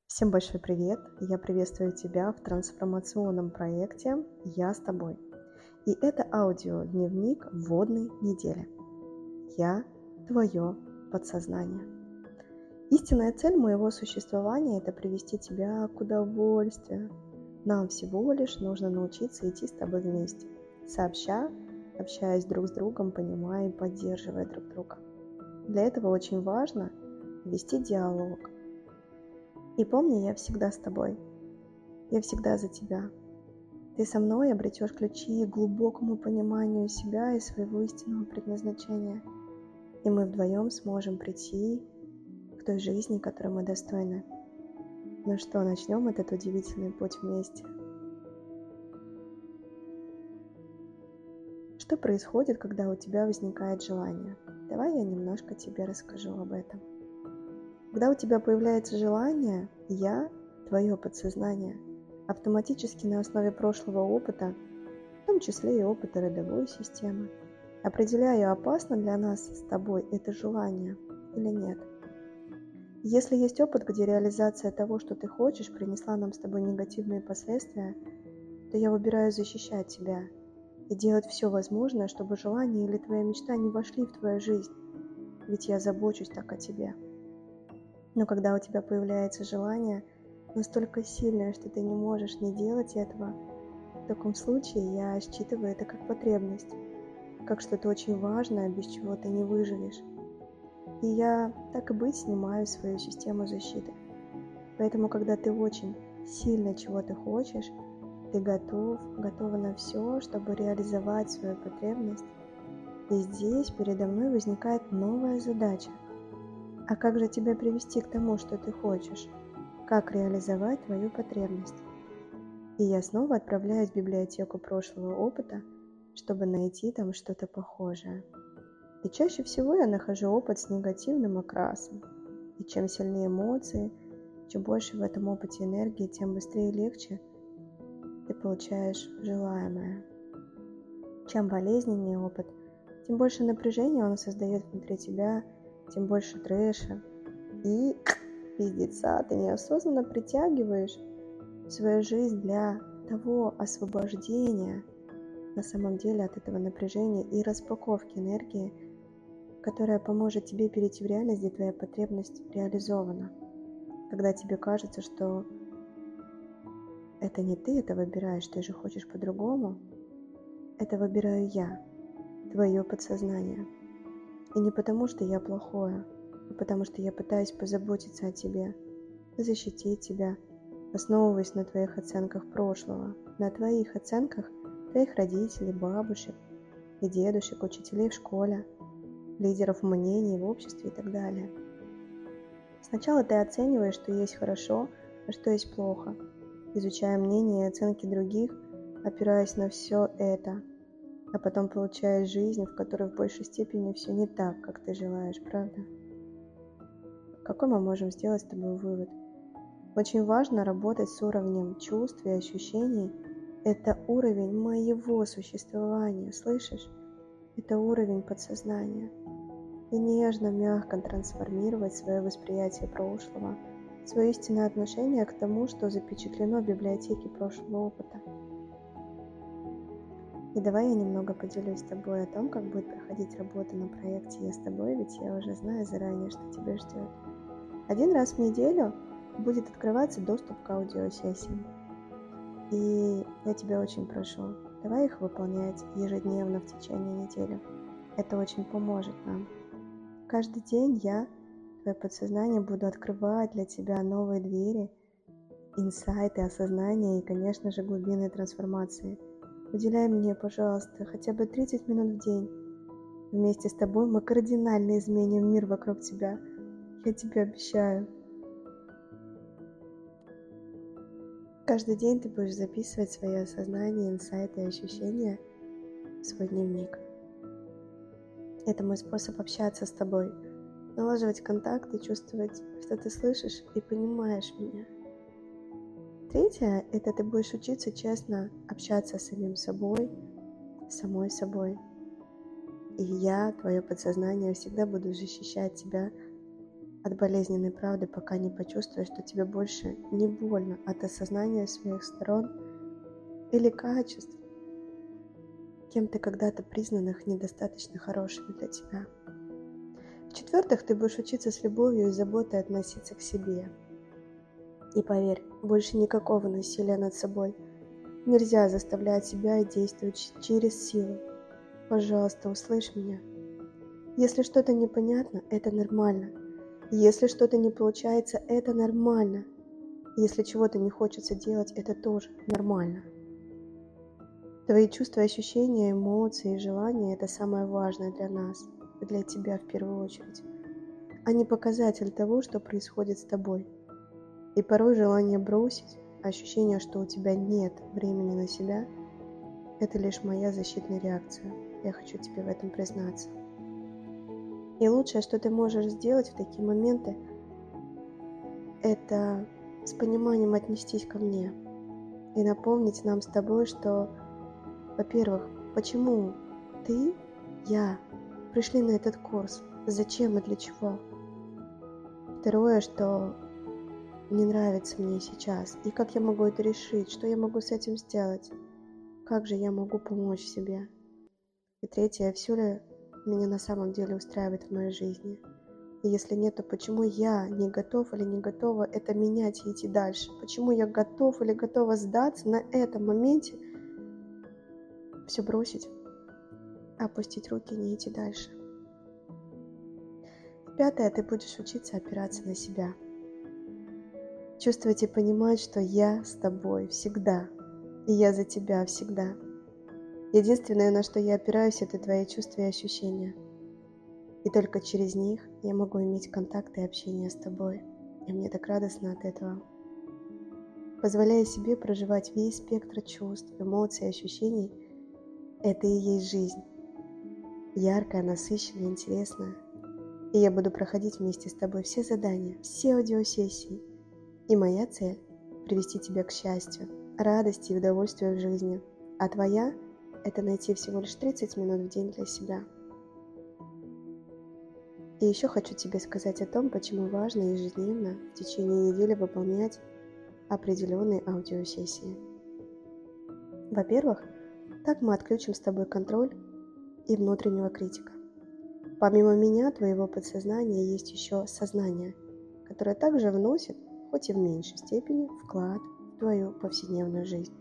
Всем большой привет! Я приветствую тебя в трансформационном проекте «Я с тобой». И это аудиодневник вводной недели. Я – твое подсознание. Истинная цель моего существования – это привести тебя к удовольствию. Нам всего лишь нужно научиться идти с тобой вместе, сообща, общаясь друг с другом, понимая и поддерживая друг друга. Для этого очень важно вести диалог. И помни, я всегда с тобой. Я всегда за тебя. Ты со мной обретешь ключи к глубокому пониманию себя и своего истинного предназначения. И мы вдвоем сможем прийти к той жизни, которой мы достойны. Ну что, начнем этот удивительный путь вместе. Что происходит, когда у тебя возникает желание? Давай я немножко тебе расскажу об этом. Когда у тебя появляется желание, я, твое подсознание, автоматически на основе прошлого опыта, в том числе и опыта родовой системы, определяю, опасно для нас с тобой это желание или нет. Если есть опыт, где реализация того, что ты хочешь, принесла нам с тобой негативные последствия, то я выбираю защищать тебя и делать все возможное, чтобы желание или твоя мечта не вошли в твою жизнь, ведь я забочусь так о тебе. Но когда у тебя появляется желание настолько сильное, что ты не можешь не делать этого, в таком случае я считываю это как потребность, как что-то очень важное, без чего ты не выживешь. И я, так и быть, снимаю свою систему защиты. Поэтому, когда ты очень сильно чего-то хочешь, ты готова на все, чтобы реализовать свою потребность. И здесь передо мной возникает новая задача. А как же тебя привести к тому, что ты хочешь? Как реализовать твою потребность? И я снова отправляюсь в библиотеку прошлого опыта, чтобы найти там что-то похожее. И чаще всего я нахожу опыт с негативным окрасом. И чем сильнее эмоции, чем больше в этом опыте энергии, тем быстрее и легче ты получаешь желаемое. Чем болезненнее опыт, тем больше напряжения он создает внутри тебя, тем больше трэша и пиздеца ты неосознанно притягиваешь в свою жизнь для того освобождения на самом деле от этого напряжения и распаковки энергии, которая поможет тебе перейти в реальность, где твоя потребность реализована. Когда тебе кажется, что это не ты это выбираешь, ты же хочешь по-другому, это выбираю я, твое подсознание. И не потому, что я плохое, а потому что я пытаюсь позаботиться о тебе, защитить тебя, основываясь на твоих оценках прошлого, на твоих оценках твоих родителей, бабушек и дедушек, учителей в школе, лидеров мнений в обществе и так далее. Сначала ты оцениваешь, что есть хорошо, а что есть плохо, изучая мнения и оценки других, опираясь на все это, а потом получаешь жизнь, в которой в большей степени все не так, как ты желаешь, правда? Какой мы можем сделать с тобой вывод? Очень важно работать с уровнем чувств и ощущений. Это уровень моего существования, слышишь? Это уровень подсознания. И нежно, мягко трансформировать свое восприятие прошлого, свое истинное отношение к тому, что запечатлено в библиотеке прошлого опыта. И давай я немного поделюсь с тобой о том, как будет проходить работа на проекте «Я с тобой», ведь я уже знаю заранее, что тебя ждет. 1 раз в неделю будет открываться доступ к аудиосессиям. И я тебя очень прошу, давай их выполнять ежедневно в течение недели. Это очень поможет нам. Каждый день я, твое подсознание, буду открывать для тебя новые двери, инсайты, осознания и, конечно же, глубинные трансформации. Уделяй мне, пожалуйста, хотя бы 30 минут в день. Вместе с тобой мы кардинально изменим мир вокруг тебя. Я тебе обещаю. Каждый день ты будешь записывать свои осознания, инсайты и ощущения в свой дневник. Это мой способ общаться с тобой, налаживать контакты, чувствовать, что ты слышишь и понимаешь меня. Третье – это ты будешь учиться честно общаться с самим собой, самой собой. И я, твое подсознание, всегда буду защищать тебя от болезненной правды, пока не почувствуешь, что тебе больше не больно от осознания своих сторон или качеств, кем-то когда-то признанных недостаточно хорошими для тебя. В-четвертых, ты будешь учиться с любовью и заботой относиться к себе. И поверь, больше никакого насилия над собой. Нельзя заставлять себя действовать через силу. Пожалуйста, услышь меня. Если что-то непонятно, это нормально. Если что-то не получается, это нормально. Если чего-то не хочется делать, это тоже нормально. Твои чувства, ощущения, эмоции и желания – это самое важное для нас, для тебя в первую очередь, а не показатель того, что происходит с тобой. И порой желание бросить, ощущение, что у тебя нет времени на себя – это лишь моя защитная реакция. Я хочу тебе в этом признаться. И лучшее, что ты можешь сделать в такие моменты, это с пониманием отнестись ко мне и напомнить нам с тобой, что, во-первых, почему ты, я пришли на этот курс, зачем и для чего. Второе, что не нравится мне сейчас, и как я могу это решить, что я могу с этим сделать, как же я могу помочь себе. И третье, все ли меня на самом деле устраивает в моей жизни. И если нет, то почему я не готов или не готова это менять и идти дальше? Почему я готов или готова сдаться на этом моменте, все бросить, опустить руки и не идти дальше? И пятое, ты будешь учиться опираться на себя. Чувствовать и понимать, что я с тобой всегда, и я за тебя всегда. Единственное, на что я опираюсь, это твои чувства и ощущения. И только через них я могу иметь контакт и общение с тобой. И мне так радостно от этого. Позволяя себе проживать весь спектр чувств, эмоций и ощущений, это и есть жизнь. Яркая, насыщенная, интересная. И я буду проходить вместе с тобой все задания, все аудиосессии. И моя цель – привести тебя к счастью, радости и удовольствию в жизни. А твоя – это найти всего лишь 30 минут в день для себя. И еще хочу тебе сказать о том, почему важно ежедневно в течение недели выполнять определенные аудиосессии. Во-первых, так мы отключим с тобой контроль и внутреннего критика. Помимо меня, твоего подсознания есть еще сознание, которое также вносит, хоть и в меньшей степени, вклад в твою повседневную жизнь.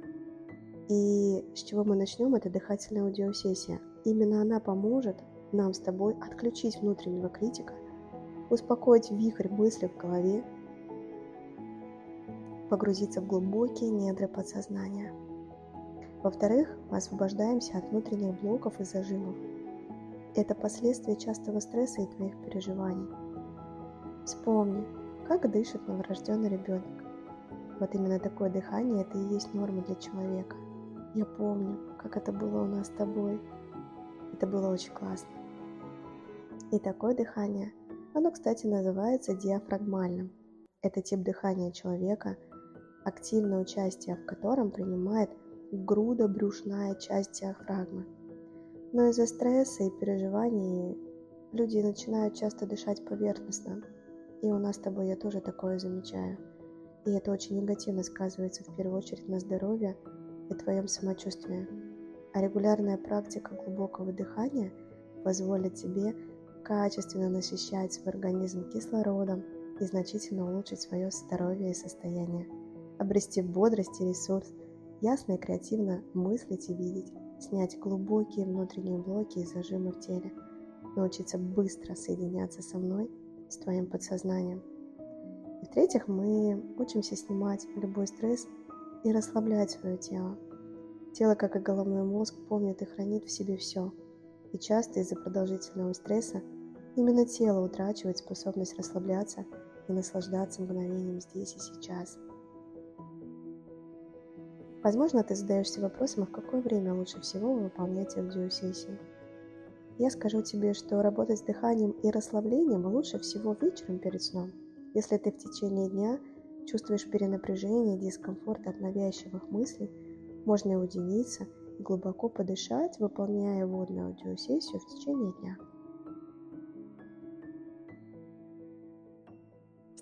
И с чего мы начнем, это дыхательная аудиосессия. Именно она поможет нам с тобой отключить внутреннего критика, успокоить вихрь мыслей в голове, погрузиться в глубокие недры подсознания. Во-вторых, мы освобождаемся от внутренних блоков и зажимов. Это последствия частого стресса и твоих переживаний. Вспомни, как дышит новорожденный ребенок. Вот именно такое дыхание – это и есть норма для человека. Я помню, как это было у нас с тобой. Это было очень классно. И такое дыхание, оно, кстати, называется диафрагмальным. Это тип дыхания человека, активное участие в котором принимает грудобрюшная часть диафрагмы. Но из-за стресса и переживаний люди начинают часто дышать поверхностно. И у нас с тобой я тоже такое замечаю. И это очень негативно сказывается в первую очередь на здоровье и твоем самочувствии. А регулярная практика глубокого дыхания позволит тебе качественно насыщать свой организм кислородом и значительно улучшить свое здоровье и состояние, обрести бодрость и ресурс, ясно и креативно мыслить и видеть, снять глубокие внутренние блоки и зажимы в теле, научиться быстро соединяться со мной, с твоим подсознанием. И в-третьих, мы учимся снимать любой стресс и расслаблять свое тело. Тело, как и головной мозг, помнит и хранит в себе все. И часто из-за продолжительного стресса именно тело утрачивает способность расслабляться и наслаждаться мгновением здесь и сейчас. Возможно, ты задаешься вопросом, а в какое время лучше всего выполнять аудиосессии. Я скажу тебе, что работать с дыханием и расслаблением лучше всего вечером перед сном. Если ты в течение дня чувствуешь перенапряжение, дискомфорт от навязчивых мыслей, можно и уединиться и глубоко подышать, выполняя водную аудиосессию в течение дня.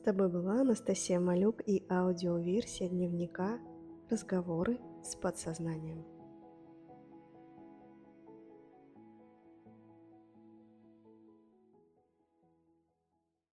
тобой была Анастасия Малюк и аудиоверсия дневника «Разговоры с подсознанием».